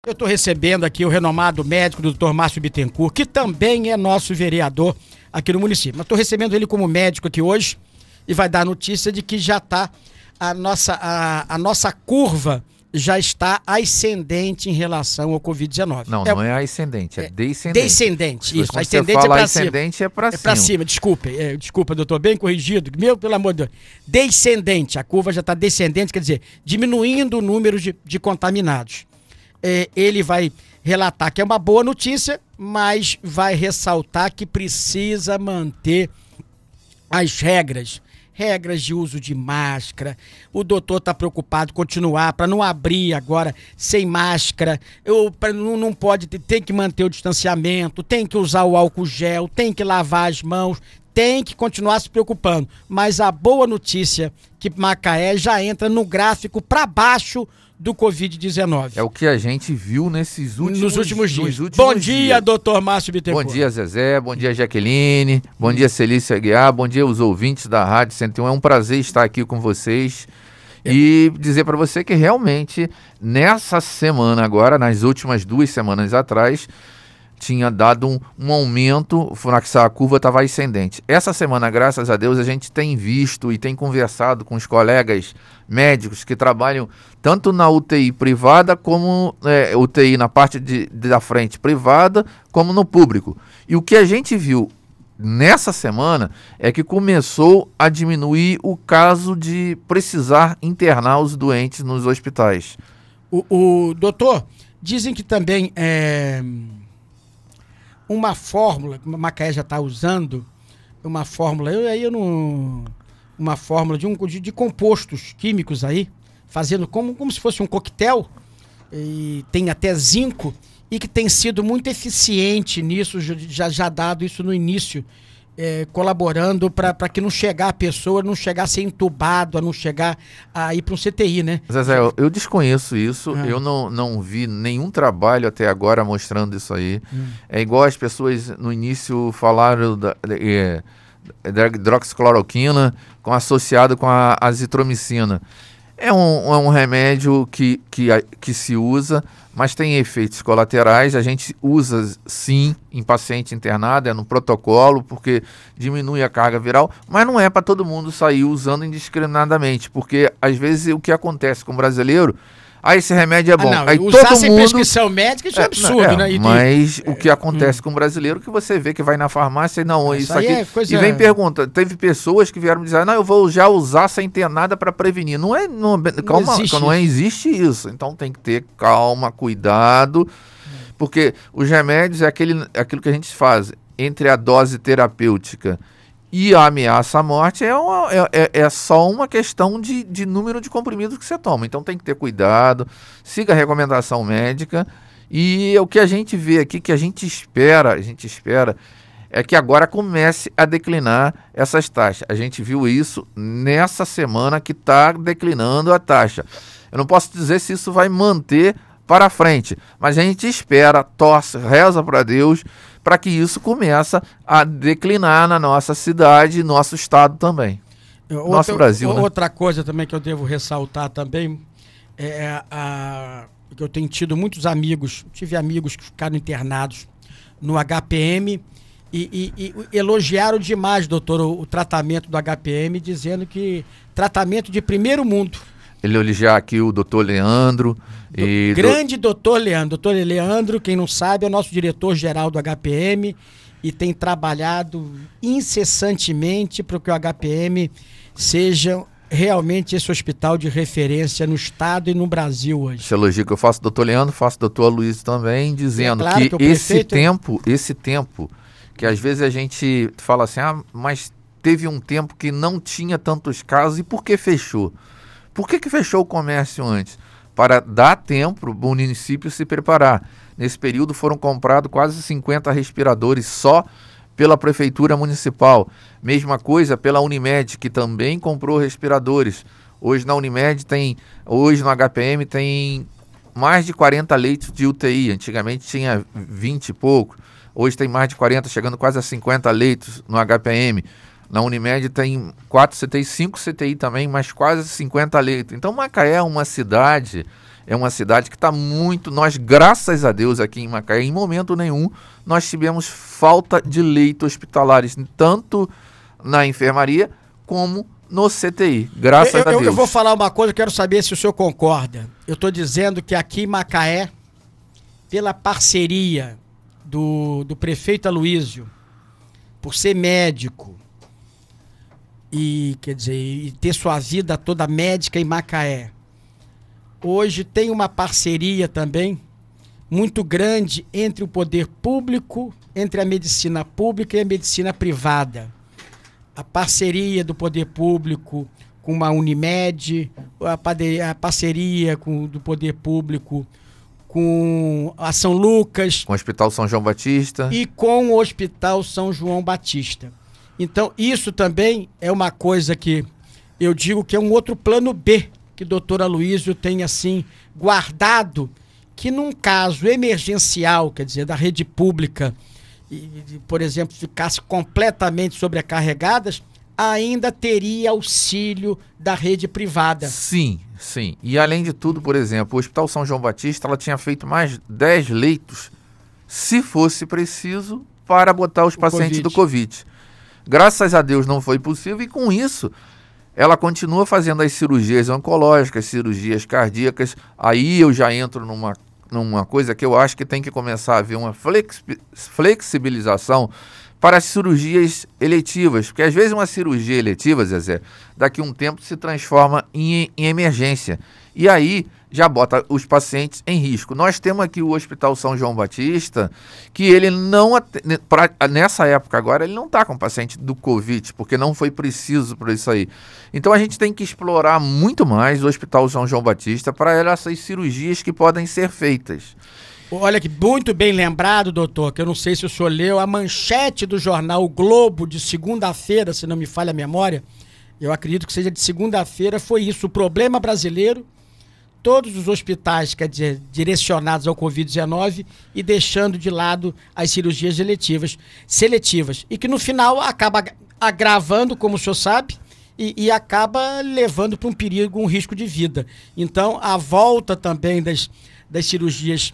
Eu estou recebendo aqui o renomado médico do Dr. Márcio Bittencourt, que também é nosso vereador aqui no município. Mas estou recebendo ele como médico aqui hoje e vai dar a notícia de que já está a nossa curva já está ascendente em relação ao Covid-19. Não é ascendente, é descendente. Descendente, isso. Quando Ascendente você fala é para ascendente cima. é para cima. É para cima, desculpa, doutor, bem corrigido. Meu, pelo amor de Deus. Descendente, a curva já está descendente, quer dizer, diminuindo o número de contaminados. Ele vai relatar que é uma boa notícia, mas vai ressaltar que precisa manter as regras de uso de máscara. O doutor está preocupado continuar para não abrir agora sem máscara. Não pode, tem que manter o distanciamento, tem que usar o álcool gel, tem que lavar as mãos, tem que continuar se preocupando. Mas a boa notícia é que Macaé já entra no gráfico para baixo do Covid-19. É o que a gente viu nos últimos dias. Bom dia, doutor Márcio Bittencourt. Bom dia, Zezé. Bom dia, Jaqueline. Bom dia, Celícia Aguiar. Bom dia, os ouvintes da Rádio 101. É um prazer estar aqui com vocês e dizer para você que realmente nessa semana agora, nas últimas 2 semanas atrás, tinha dado um aumento, a curva estava ascendente. Essa semana, graças a Deus, a gente tem visto e tem conversado com os colegas médicos que trabalham tanto na UTI privada como UTI na parte da frente privada, como no público. E o que a gente viu nessa semana é que começou a diminuir o caso de precisar internar os doentes nos hospitais. O doutor, dizem que também uma fórmula, que Macaé já está usando, uma fórmula, uma fórmula de compostos químicos aí, fazendo como se fosse um coquetel, e tem até zinco, e que tem sido muito eficiente nisso, já dado isso no início, colaborando para que não chegar a pessoa, não chegar a ser entubado, não chegar a ir para um CTI, né? Zezé, eu desconheço isso, eu não vi nenhum trabalho até agora mostrando isso aí. É igual as pessoas no início falaram da hidroxicloroquina associado com a azitromicina. É um remédio que se usa, mas tem efeitos colaterais. A gente usa sim em paciente internado, é no protocolo, porque diminui a carga viral, mas não é para todo mundo sair usando indiscriminadamente, porque às vezes o que acontece com o brasileiro, esse remédio é bom. Aí usar todo sem mundo... prescrição médica, isso é absurdo, né? Mas o que acontece com o brasileiro, que você vê que vai na farmácia e isso aqui... E vem pergunta, teve pessoas que vieram me dizer, eu vou já usar sem ter nada para prevenir. Não existe isso. Então tem que ter calma, cuidado, porque os remédios é aquilo que a gente faz entre a dose terapêutica e a ameaça à morte é só uma questão de número de comprimidos que você toma. Então tem que ter cuidado, siga a recomendação médica. E o que a gente vê aqui, que a gente espera é que agora comece a declinar essas taxas. A gente viu isso nessa semana que está declinando a taxa. Eu não posso dizer se isso vai manter para frente, mas a gente espera, torce, reza para Deus, para que isso comece a declinar na nossa cidade, nosso estado também. Nosso Brasil. Outra coisa também que eu devo ressaltar também que eu tenho tido muitos amigos, tive amigos que ficaram internados no HPM e elogiaram demais, doutor, o tratamento do HPM, dizendo que tratamento de primeiro mundo. Ele elogiar aqui o doutor Leandro. Doutor Leandro. Doutor Leandro, quem não sabe, é o nosso diretor-geral do HPM e tem trabalhado incessantemente para que o HPM seja realmente esse hospital de referência no estado e no Brasil hoje. Esse elogio que eu faço do doutor Leandro, faço do doutor Luiz também, dizendo que esse tempo, que às vezes a gente fala assim, mas teve um tempo que não tinha tantos casos, e por que fechou? Por que fechou o comércio antes? Para dar tempo para o município se preparar. Nesse período foram comprados quase 50 respiradores só pela Prefeitura Municipal. Mesma coisa pela Unimed, que também comprou respiradores. Hoje na Unimed hoje no HPM tem mais de 40 leitos de UTI. Antigamente tinha 20 e pouco. Hoje tem mais de 40, chegando quase a 50 leitos no HPM. Na Unimed tem 4 CTI, 5 CTI também, mas quase 50 leitos. Então Macaé é uma cidade é uma cidade que está muito... Nós, graças a Deus, aqui em Macaé, em momento nenhum, nós tivemos falta de leitos hospitalares, tanto na enfermaria como no CTI, graças a Deus. Eu vou falar uma coisa, quero saber se o senhor concorda. Eu estou dizendo que aqui em Macaé, pela parceria do prefeito Aloísio, por ser médico e, quer dizer, e ter sua vida toda médica em Macaé, hoje tem uma parceria também muito grande entre o poder público, entre a medicina pública e a medicina privada. A parceria do poder público com a Unimed, a parceria do poder público com a São Lucas. Com o Hospital São João Batista. E com o Hospital São João Batista. Então, isso também é uma coisa que eu digo que é um outro plano B que o doutor Aloísio tem, assim, guardado, que num caso emergencial, quer dizer, da rede pública, por exemplo, ficasse completamente sobrecarregadas, ainda teria auxílio da rede privada. Sim, sim. E além de tudo, por exemplo, o Hospital São João Batista, ela tinha feito mais 10 leitos, se fosse preciso, para botar os pacientes do Covid. Graças a Deus não foi possível e com isso ela continua fazendo as cirurgias oncológicas, cirurgias cardíacas. Aí eu já entro numa coisa que eu acho que tem que começar a haver uma flexibilização para as cirurgias eletivas, porque às vezes uma cirurgia eletiva, Zezé, daqui a um tempo se transforma em emergência, e aí já bota os pacientes em risco. Nós temos aqui o Hospital São João Batista, que ele não, nessa época agora, ele não está com paciente do Covid, porque não foi preciso para isso aí. Então a gente tem que explorar muito mais o Hospital São João Batista para essas cirurgias que podem ser feitas. Olha que muito bem lembrado, doutor, que eu não sei se o senhor leu a manchete do jornal O Globo de segunda-feira, se não me falha a memória, eu acredito que seja de segunda-feira, foi isso, o problema brasileiro, todos os hospitais, quer dizer, direcionados ao Covid-19 e deixando de lado as cirurgias seletivas, e que no final acaba agravando, como o senhor sabe, e acaba levando para um perigo, um risco de vida. Então, a volta também das cirurgias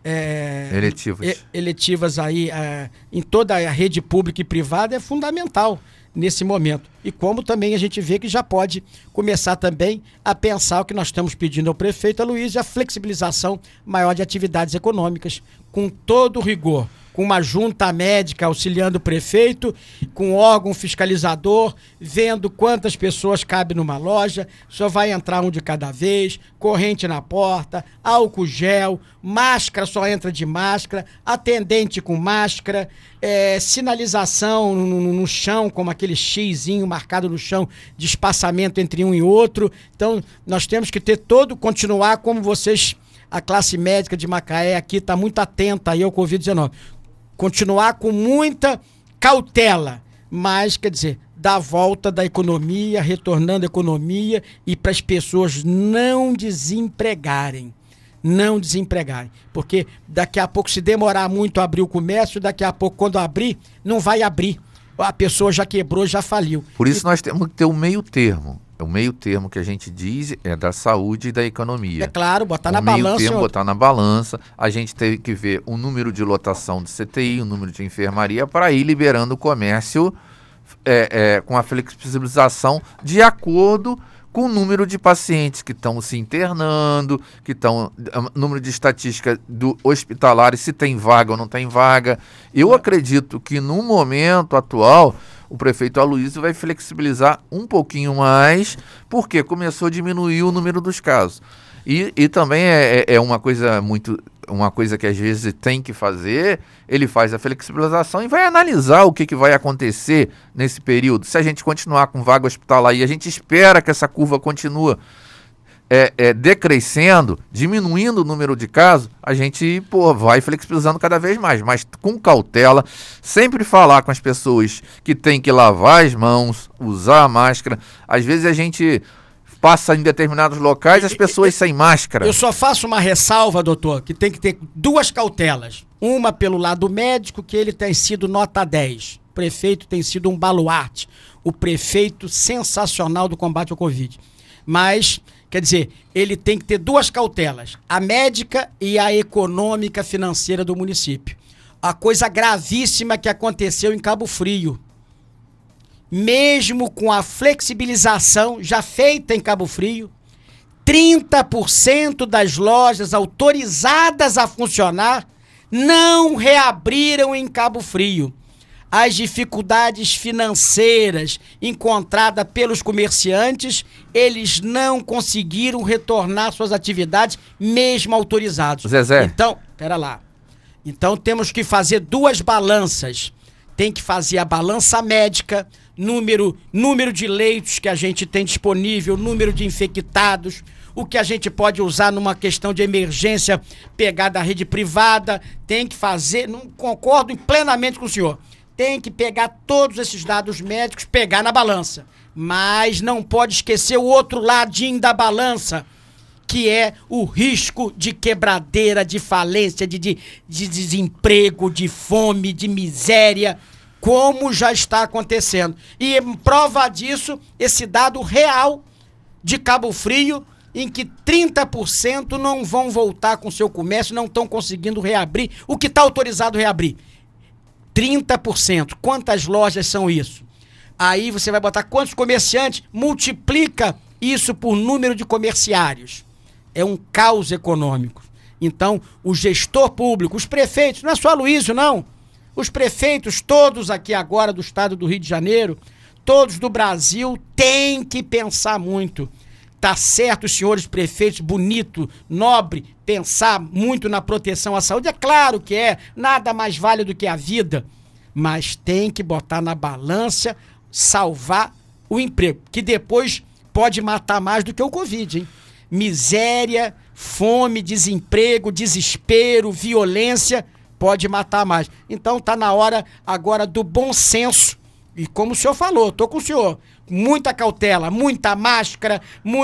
eletivas aí em toda a rede pública e privada é fundamental nesse momento. E como também a gente vê que já pode começar também a pensar o que nós estamos pedindo ao prefeito Aloísio, a flexibilização maior de atividades econômicas, com todo rigor, com uma junta médica auxiliando o prefeito, com órgão fiscalizador, vendo quantas pessoas cabem numa loja, só vai entrar um de cada vez, corrente na porta, álcool gel, máscara só entra de máscara, atendente com máscara, sinalização no chão, como aquele xizinho marcado no chão de espaçamento entre um e outro. Então, nós temos que continuar como vocês, a classe médica de Macaé aqui está muito atenta aí ao Covid-19. Continuar com muita cautela, mas, quer dizer, dar volta da economia, retornando a economia e para as pessoas não desempregarem. Não desempregarem. Porque daqui a pouco, se demorar muito a abrir o comércio, daqui a pouco, quando abrir, não vai abrir. A pessoa já quebrou, já faliu. Por isso nós temos que ter um meio termo. O meio termo que a gente diz é da saúde e da economia. É claro, botar na balança. O meio termo, botar na balança. A gente teve que ver o número de lotação de CTI, o número de enfermaria, para ir liberando o comércio com a flexibilização de acordo com o número de pacientes que estão se internando, número de estatística do hospitalar, se tem vaga ou não tem vaga. Eu acredito que no momento atual o prefeito Aloísio vai flexibilizar um pouquinho mais, porque começou a diminuir o número dos casos. E também uma coisa que às vezes tem que fazer, ele faz a flexibilização e vai analisar o que vai acontecer nesse período. Se a gente continuar com vaga hospitalar e a gente espera que essa curva continue decrescendo, diminuindo o número de casos, a gente vai flexibilizando cada vez mais, mas com cautela, sempre falar com as pessoas que tem que lavar as mãos, usar a máscara. Às vezes a gente passa em determinados locais as pessoas sem máscara. Eu só faço uma ressalva, doutor, que tem que ter duas cautelas. Uma pelo lado médico, que ele tem sido nota 10. O prefeito tem sido um baluarte. O prefeito sensacional do combate ao Covid. Mas Quer dizer, ele tem que ter duas cautelas, a médica e a econômica financeira do município. A coisa gravíssima que aconteceu em Cabo Frio. Mesmo com a flexibilização já feita em Cabo Frio, 30% das lojas autorizadas a funcionar não reabriram em Cabo Frio. As dificuldades financeiras encontradas pelos comerciantes, eles não conseguiram retornar suas atividades, mesmo autorizados. Zezé. Então, pera lá. Então temos que fazer duas balanças. Tem que fazer a balança médica, número de leitos que a gente tem disponível, número de infectados, o que a gente pode usar numa questão de emergência, pegar da rede privada, tem que fazer, não concordo plenamente com o senhor, tem que pegar todos esses dados médicos, pegar na balança, mas não pode esquecer o outro ladinho da balança, que é o risco de quebradeira, de falência, de desemprego, de fome, de miséria, como já está acontecendo. E prova disso, esse dado real de Cabo Frio, em que 30% não vão voltar com seu comércio, não estão conseguindo reabrir o que está autorizado a reabrir. 30%. Quantas lojas são isso? Aí você vai botar quantos comerciantes, multiplica isso por número de comerciários. É um caos econômico. Então, o gestor público, os prefeitos, não é só Aloysio, não. Os prefeitos, todos aqui agora do estado do Rio de Janeiro, todos do Brasil, têm que pensar muito. Tá certo, os senhores prefeitos, bonito, nobre, pensar muito na proteção à saúde. É claro que é, nada mais vale do que a vida. Mas tem que botar na balança, salvar o emprego, que depois pode matar mais do que o Covid, hein? Miséria, fome, desemprego, desespero, violência, pode matar mais. Então tá na hora agora do bom senso. E como o senhor falou, tô com o senhor. Muita cautela, muita máscara,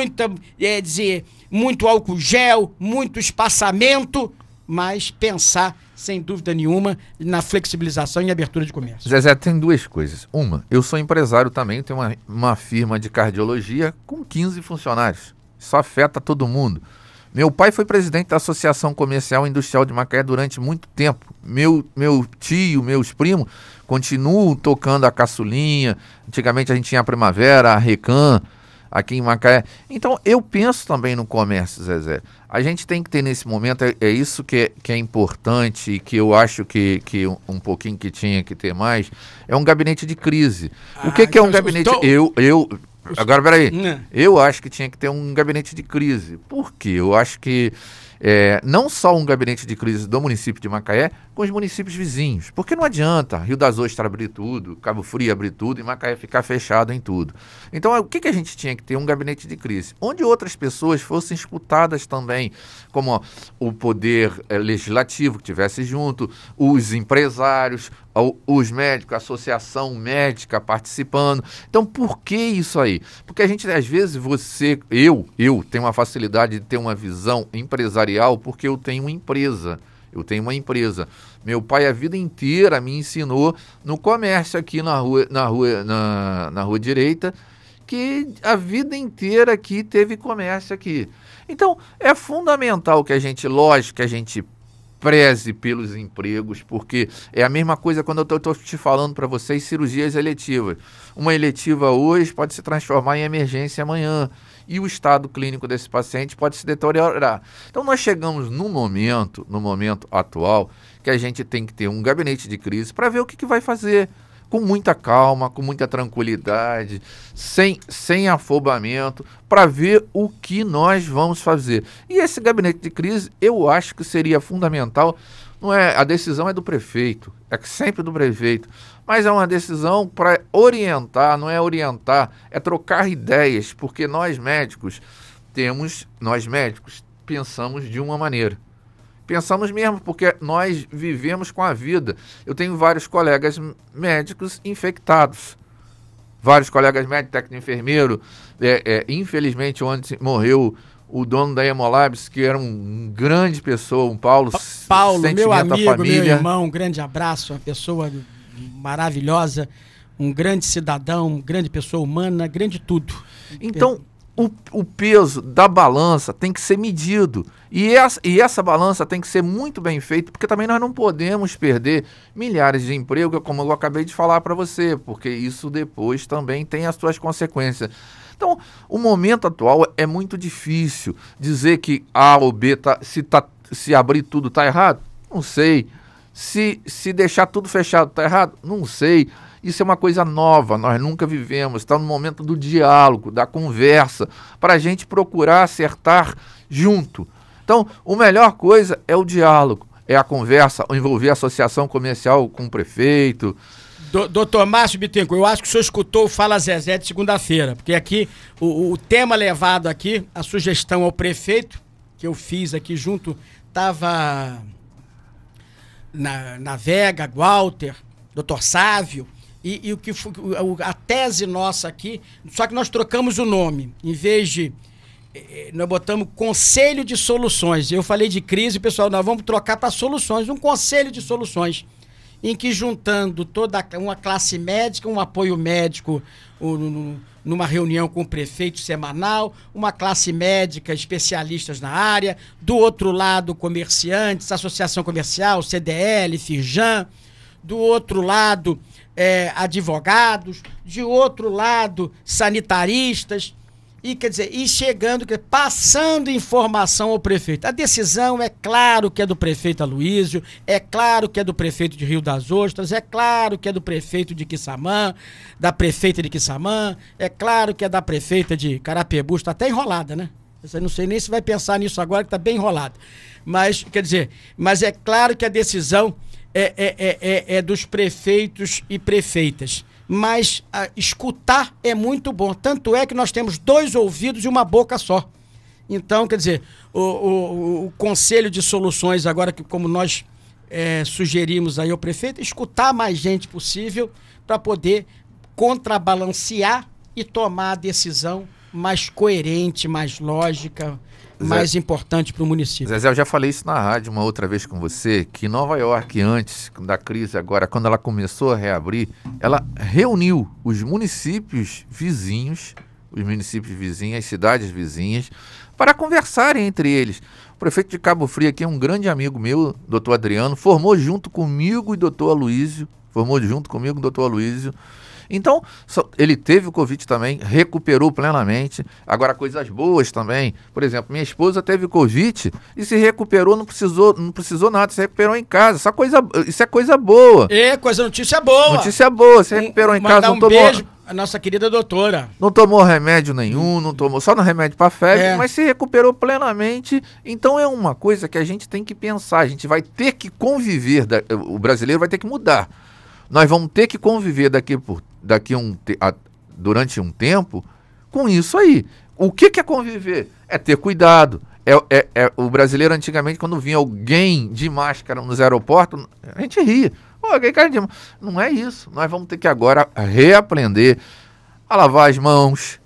muito álcool gel, muito espaçamento, mas pensar, sem dúvida nenhuma, na flexibilização e abertura de comércio. Zezé, tem duas coisas. Uma, eu sou empresário também, tenho uma firma de cardiologia com 15 funcionários. Isso afeta todo mundo. Meu pai foi presidente da Associação Comercial e Industrial de Macaé durante muito tempo. Meu tio, meus primos, continuam tocando a caçulinha. Antigamente a gente tinha a Primavera, a Recan, aqui em Macaé. Então eu penso também no comércio, Zezé. A gente tem que ter nesse momento, é isso que é importante e que eu acho que um pouquinho que tinha que ter mais, é um gabinete de crise. O que é um gabinete... Agora, peraí, eu acho que tinha que ter um gabinete de crise. Por quê? Eu acho que não só um gabinete de crise do município de Macaé, com os municípios vizinhos. Porque não adianta Rio das Ostras abrir tudo, Cabo Frio abrir tudo e Macaé ficar fechado em tudo. Então, o que a gente tinha que ter? Um gabinete de crise, onde outras pessoas fossem escutadas também, como o poder legislativo que estivesse junto, os empresários, os médicos, a associação médica participando. Então, por que isso aí? Porque a gente, às vezes, eu tenho uma facilidade de ter uma visão empresarial porque eu tenho uma empresa. Meu pai a vida inteira me ensinou no comércio aqui na rua direita, que a vida inteira aqui teve comércio aqui. Então, é fundamental que a gente preze pelos empregos, porque é a mesma coisa quando eu estou te falando para vocês cirurgias eletivas. Uma eletiva hoje pode se transformar em emergência amanhã e o estado clínico desse paciente pode se deteriorar. Então nós chegamos no momento atual, que a gente tem que ter um gabinete de crise para ver o que vai fazer, com muita calma, com muita tranquilidade, sem afobamento, para ver o que nós vamos fazer. E esse gabinete de crise, eu acho que seria fundamental, a decisão é do prefeito, é sempre do prefeito, mas é uma decisão para orientar, não é orientar, é trocar ideias, porque nós médicos pensamos de uma maneira. Pensamos mesmo, porque nós vivemos com a vida. Eu tenho vários colegas médicos infectados. Vários colegas médicos, técnico enfermeiro. Infelizmente, ontem morreu o dono da Hemolabs, que era um grande pessoa, um Paulo, meu amigo, meu irmão, um grande abraço, uma pessoa maravilhosa, um grande cidadão, uma grande pessoa humana, grande tudo. Então, o peso da balança tem que ser medido. E essa balança tem que ser muito bem feita, porque também nós não podemos perder milhares de empregos, como eu acabei de falar para você, porque isso depois também tem as suas consequências. Então, o momento atual é muito difícil dizer que A ou B, se abrir tudo está errado. Não sei. Se deixar tudo fechado está errado? Não sei. Isso é uma coisa nova, nós nunca vivemos. Está no momento do diálogo, da conversa, para a gente procurar acertar junto. Então, a melhor coisa é o diálogo, é a conversa, envolver a associação comercial com o prefeito. Doutor Márcio Bittencourt, eu acho que o senhor escutou o Fala Zezé de segunda-feira, porque aqui o tema levado aqui, a sugestão ao prefeito, que eu fiz aqui junto, estava na Vega, Walter, doutor Sávio, e o que a tese nossa aqui, só que nós trocamos o nome, em vez de nós botamos Conselho de Soluções. Eu falei de crise, pessoal, nós vamos trocar para soluções, um Conselho de Soluções, em que juntando toda uma classe médica, um apoio médico numa reunião com o prefeito semanal, uma classe médica, especialistas na área, do outro lado comerciantes, associação comercial, CDL, Firjan, do outro lado advogados, de outro lado sanitaristas, e quer dizer, passando informação ao prefeito. A decisão é claro que é do prefeito Aloísio, é claro que é do prefeito de Rio das Ostras, é claro que é do prefeito de Quissamã, da prefeita de Quissamã, é claro que é da prefeita de Carapicuíba, está até enrolada, né? Eu não sei nem se vai pensar nisso agora, que está bem enrolada. Mas, quer dizer, é claro que a decisão é dos prefeitos e prefeitas. Mas escutar é muito bom. Tanto é que nós temos 2 ouvidos e uma boca só. Então, quer dizer, o Conselho de Soluções, agora que como nós sugerimos aí ao prefeito, escutar mais gente possível para poder contrabalancear e tomar a decisão mais coerente, mais lógica, mais importante para o município. Zezé, eu já falei isso na rádio uma outra vez com você, que Nova York, antes da crise agora, quando ela começou a reabrir, ela reuniu os municípios vizinhos, as cidades vizinhas, para conversarem entre eles. O prefeito de Cabo Frio aqui é um grande amigo meu, doutor Adriano, formou junto comigo e doutor Aloísio, Então, ele teve o Covid também, recuperou plenamente. Agora, coisas boas também. Por exemplo, minha esposa teve Covid e se recuperou, não precisou nada, se recuperou em casa. Isso é coisa boa. Notícia boa. Notícia boa, se recuperou em casa. Não tomou beijo a nossa querida doutora. Não tomou remédio nenhum, não tomou só no remédio para febre, mas se recuperou plenamente. Então, é uma coisa que a gente tem que pensar. A gente vai ter que conviver, o brasileiro vai ter que mudar. Nós vamos ter que conviver durante um tempo com isso aí. O que é conviver? É ter cuidado. O brasileiro antigamente, quando vinha alguém de máscara nos aeroportos, a gente ria. Não é isso. Nós vamos ter que agora reaprender a lavar as mãos,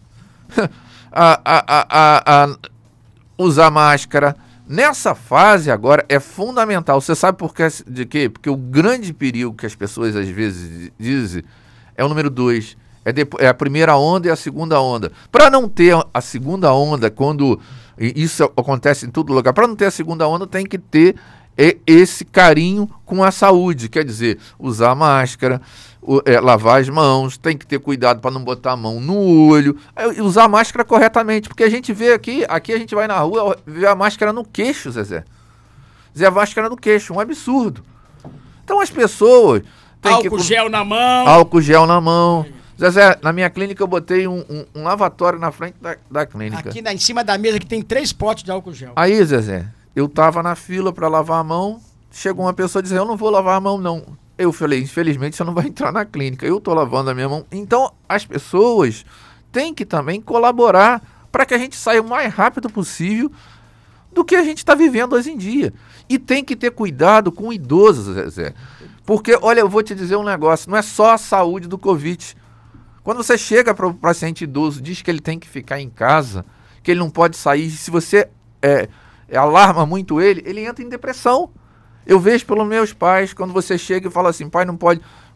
a usar máscara. Nessa fase agora é fundamental. Você sabe por quê? Porque o grande perigo que as pessoas às vezes dizem é o número 2. É a primeira onda e a segunda onda. Para não ter a segunda onda, quando isso acontece em todo lugar, para não ter a segunda onda tem que ter esse carinho com a saúde. Quer dizer, usar máscara, lavar as mãos, tem que ter cuidado para não botar a mão no olho, usar a máscara corretamente, porque a gente vê aqui a gente vai na rua, vê a máscara no queixo, Zezé. A máscara no queixo, um absurdo. Então as pessoas... Álcool gel na mão. Álcool gel na mão. Zezé, na minha clínica eu botei um lavatório na frente da clínica. Aqui em cima da mesa que tem 3 potes de álcool gel. Aí, Zezé, eu tava na fila para lavar a mão, chegou uma pessoa dizendo, eu não vou lavar a mão não. Eu falei, infelizmente você não vai entrar na clínica, eu tô lavando a minha mão. Então as pessoas têm que também colaborar para que a gente saia o mais rápido possível do que a gente está vivendo hoje em dia. E tem que ter cuidado com idosos, Zezé. Porque, olha, eu vou te dizer um negócio, não é só a saúde do Covid. Quando você chega para o paciente idoso, diz que ele tem que ficar em casa, que ele não pode sair, se você alarma muito ele entra em depressão. Eu vejo pelos meus pais, quando você chega e fala assim, pai, não pode...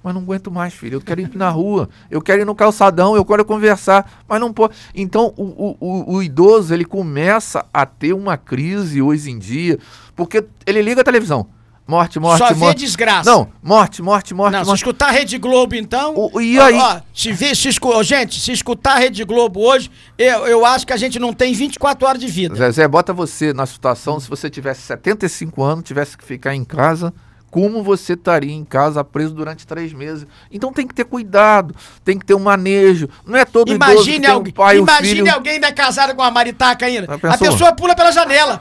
Mas não aguento mais, filho. Eu quero ir na rua, eu quero ir no calçadão, eu quero conversar, mas não pode. Então, o idoso, ele começa a ter uma crise hoje em dia, porque ele liga a televisão. Morte, só morte. Vê desgraça. Não, morte. Não, se escutar a Rede Globo, então... E aí? Gente, se escutar a Rede Globo hoje, eu acho que a gente não tem 24 horas de vida. Zezé, bota você na situação, se você tivesse 75 anos, tivesse que ficar em casa... Como você estaria em casa preso durante 3 meses? Então tem que ter cuidado, tem que ter um manejo. Não é todo idoso que tem um pai ou filho. Imagine alguém da casada com uma maritaca ainda. A pessoa pula pela janela.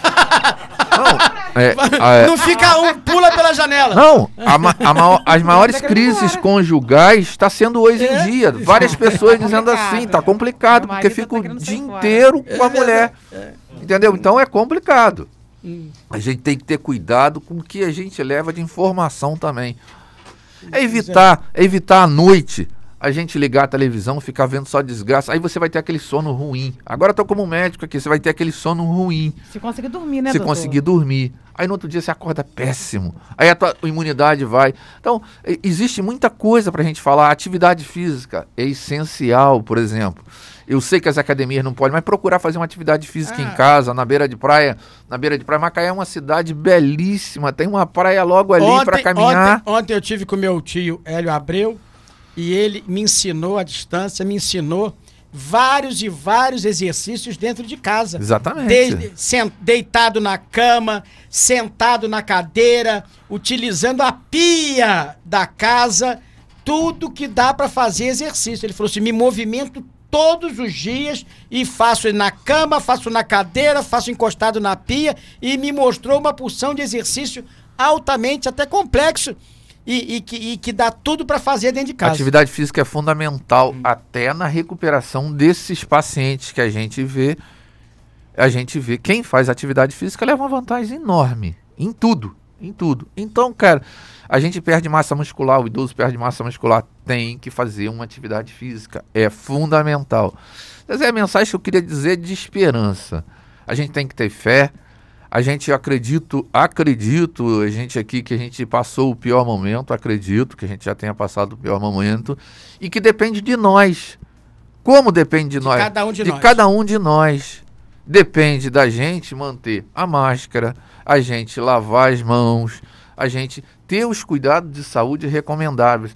Não fica pula pela janela. Não, as maiores crises conjugais está sendo hoje em dia. Várias pessoas dizendo assim, tá complicado, porque fica o dia inteiro com a mulher. Entendeu? Então é complicado. A gente tem que ter cuidado com o que a gente leva de informação também. É evitar à noite a gente ligar a televisão, ficar vendo só desgraça. Aí você vai ter aquele sono ruim. Agora eu tô como médico aqui, você vai ter aquele sono ruim. Se conseguir dormir, né, doutor? Se conseguir dormir. Aí no outro dia você acorda péssimo. Aí a tua imunidade vai. Então, existe muita coisa pra gente falar. A atividade física é essencial, por exemplo. Eu sei que as academias não podem, mas procurar fazer uma atividade física em casa, na beira de praia. Macaé é uma cidade belíssima, tem uma praia logo ali para caminhar. Ontem eu tive com meu tio Hélio Abreu e ele me ensinou à distância, me ensinou vários e vários exercícios dentro de casa. Exatamente. Deitado na cama, sentado na cadeira, utilizando a pia da casa, tudo que dá para fazer exercício. Ele falou assim, me movimento todos os dias e faço na cama, faço na cadeira, faço encostado na pia e me mostrou uma porção de exercício altamente até complexo e que dá tudo para fazer dentro de casa. A atividade física é fundamental até na recuperação desses pacientes que a gente vê. Quem faz atividade física leva uma vantagem enorme em tudo. Então, cara, a gente perde massa muscular, o idoso perde massa muscular, tem que fazer uma atividade física, é fundamental. Essa é a mensagem que eu queria dizer de esperança. A gente tem que ter fé, a gente acredito, a gente aqui que a gente passou o pior momento, acredito que a gente já tenha passado o pior momento e que depende de nós. Como depende de nós? Cada um de nós. Depende da gente manter a máscara, a gente lavar as mãos, a gente ter os cuidados de saúde recomendáveis.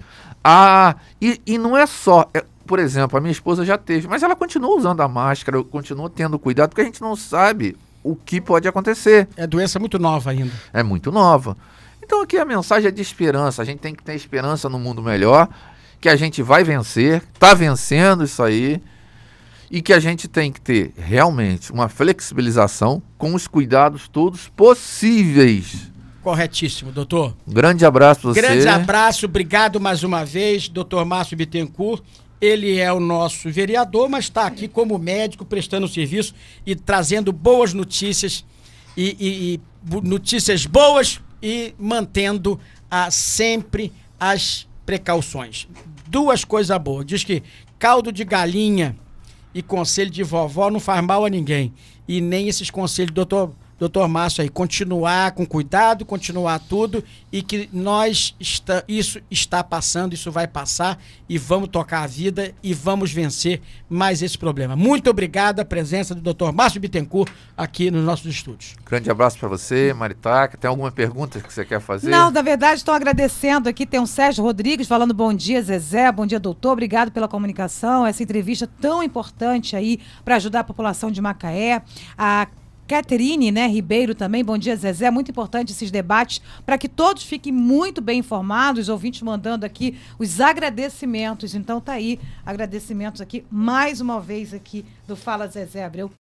E não é só... por exemplo, a minha esposa já teve, mas ela continua usando a máscara, continua tendo cuidado, porque a gente não sabe o que pode acontecer. É doença muito nova ainda. É muito nova. Então aqui a mensagem é de esperança. A gente tem que ter esperança no mundo melhor, que a gente vai vencer, está vencendo isso aí, e que a gente tem que ter realmente uma flexibilização com os cuidados todos possíveis. Corretíssimo, doutor. Grande abraço para você. Grande abraço, obrigado mais uma vez, doutor Márcio Bittencourt. Ele é o nosso vereador, mas está aqui como médico, prestando serviço e trazendo boas notícias, e notícias boas e mantendo sempre as precauções. 2 coisas boas. Diz que caldo de galinha e conselho de vovó não faz mal a ninguém. E nem esses conselhos do doutor Márcio aí. Continuar com cuidado, continuar tudo e que isso está passando, isso vai passar e vamos tocar a vida e vamos vencer mais esse problema. Muito obrigado a presença do doutor Márcio Bittencourt aqui nos nossos estúdios. Grande abraço para você, Maritaca. Tem alguma pergunta que você quer fazer? Não, na verdade estou agradecendo aqui, tem o Sérgio Rodrigues falando bom dia, Zezé, bom dia, doutor, obrigado pela comunicação, essa entrevista tão importante aí para ajudar a população de Macaé. A Caterine, Ribeiro também, bom dia, Zezé, muito importante esses debates para que todos fiquem muito bem informados, ouvintes mandando aqui os agradecimentos, então tá aí, agradecimentos aqui, mais uma vez aqui do Fala Zezé Abreu.